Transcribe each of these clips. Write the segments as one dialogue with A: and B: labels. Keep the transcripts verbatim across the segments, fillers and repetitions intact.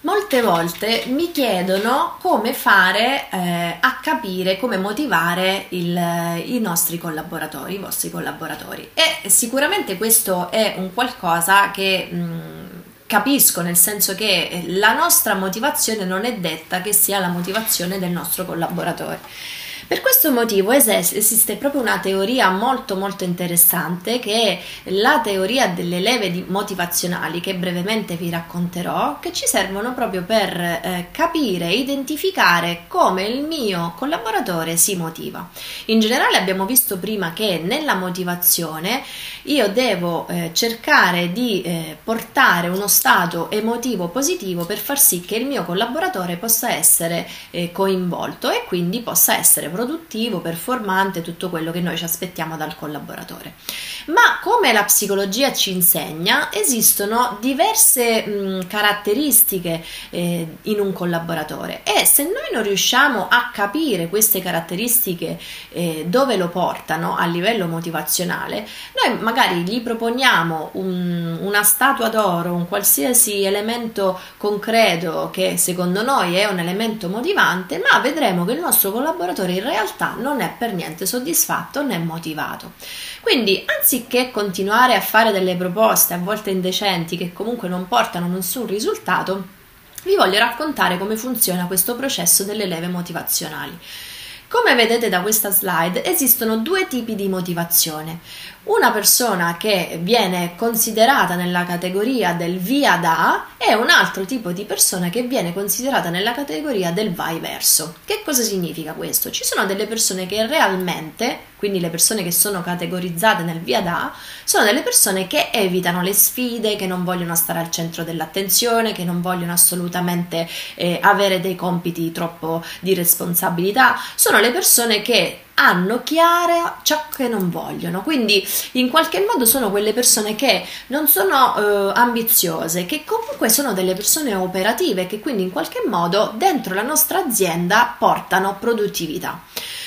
A: Molte volte mi chiedono come fare eh, a capire, come motivare il, i nostri collaboratori, i vostri collaboratori, e sicuramente questo è un qualcosa che mh, capisco, nel senso che la nostra motivazione non è detta che sia la motivazione del nostro collaboratore. Per questo motivo esiste proprio una teoria molto molto interessante, che è la teoria delle leve motivazionali, che brevemente vi racconterò, che ci servono proprio per eh, capire e identificare come il mio collaboratore si motiva. In generale abbiamo visto prima che nella motivazione io devo eh, cercare di eh, portare uno stato emotivo positivo per far sì che il mio collaboratore possa essere eh, coinvolto e quindi possa essere produttivo, performante, tutto quello che noi ci aspettiamo dal collaboratore. Ma come la psicologia ci insegna, esistono diverse mh, caratteristiche eh, in un collaboratore, e se noi non riusciamo a capire queste caratteristiche eh, dove lo portano a livello motivazionale, noi magari gli proponiamo un, una statua d'oro, un qualsiasi elemento concreto che secondo noi è un elemento motivante, ma vedremo che il nostro collaboratore in realtà non è per niente soddisfatto né motivato. Quindi, anziché continuare a fare delle proposte a volte indecenti che comunque non portano nessun risultato, vi voglio raccontare come funziona questo processo delle leve motivazionali. Come vedete da questa slide, esistono due tipi di motivazione. Una persona che viene considerata nella categoria del via da, e un altro tipo di persona che viene considerata nella categoria del vai verso. Che cosa significa questo? Ci sono delle persone che realmente, quindi le persone che sono categorizzate nel via da, sono delle persone che evitano le sfide, che non vogliono stare al centro dell'attenzione, che non vogliono assolutamente eh, avere dei compiti troppo di responsabilità. Sono le persone che hanno chiaro ciò che non vogliono, quindi in qualche modo sono quelle persone che non sono eh, ambiziose, che comunque sono delle persone operative, che quindi in qualche modo dentro la nostra azienda portano produttività.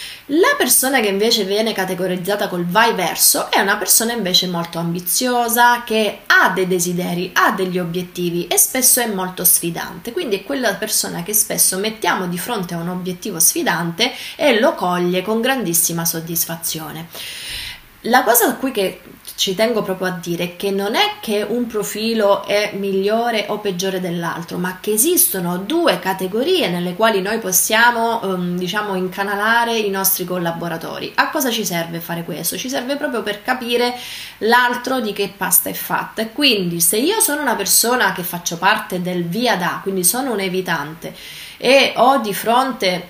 A: La persona che invece viene categorizzata col vai verso è una persona invece molto ambiziosa, che ha dei desideri, ha degli obiettivi e spesso è molto sfidante, quindi è quella persona che spesso mettiamo di fronte a un obiettivo sfidante e lo coglie con grandissima soddisfazione. La cosa qui che ci tengo proprio a dire è che non è che un profilo è migliore o peggiore dell'altro, ma che esistono due categorie nelle quali noi possiamo um, diciamo incanalare i nostri collaboratori. A cosa ci serve fare questo? Ci serve proprio per capire l'altro di che pasta è fatta, e quindi se io sono una persona che faccio parte del via da, quindi sono un evitante, e ho di fronte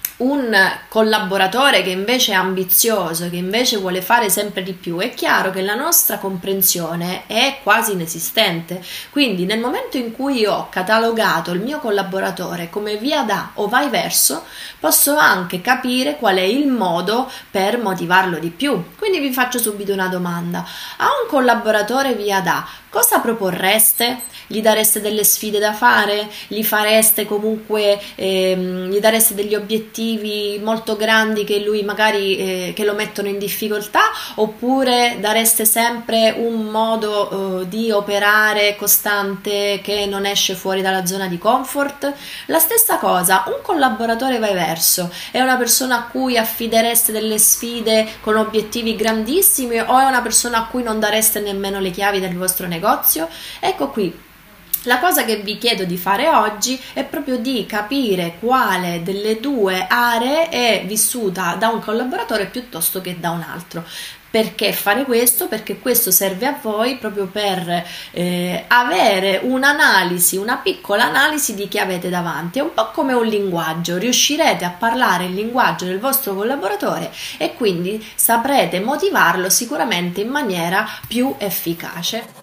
A: un collaboratore che invece è ambizioso, che invece vuole fare sempre di più, è chiaro che la nostra comprensione è quasi inesistente. Quindi nel momento in cui io ho catalogato il mio collaboratore come via da o vai verso, posso anche capire qual è il modo per motivarlo di più. Quindi vi faccio subito una domanda: a un collaboratore via da cosa proporreste? Gli dareste delle sfide da fare? Gli fareste comunque, ehm, gli dareste degli obiettivi molto grandi che lui magari eh, che lo mettono in difficoltà, oppure dareste sempre un modo eh, di operare costante che non esce fuori dalla zona di comfort? La stessa cosa, un collaboratore vai verso è una persona a cui affidereste delle sfide con obiettivi grandissimi, o è una persona a cui non dareste nemmeno le chiavi del vostro negozio? Ecco qui. La cosa che vi chiedo di fare oggi è proprio di capire quale delle due aree è vissuta da un collaboratore piuttosto che da un altro. Perché fare questo? Perché questo serve a voi proprio per eh, avere un'analisi, una piccola analisi di chi avete davanti. È un po' come un linguaggio: riuscirete a parlare il linguaggio del vostro collaboratore e quindi saprete motivarlo sicuramente in maniera più efficace.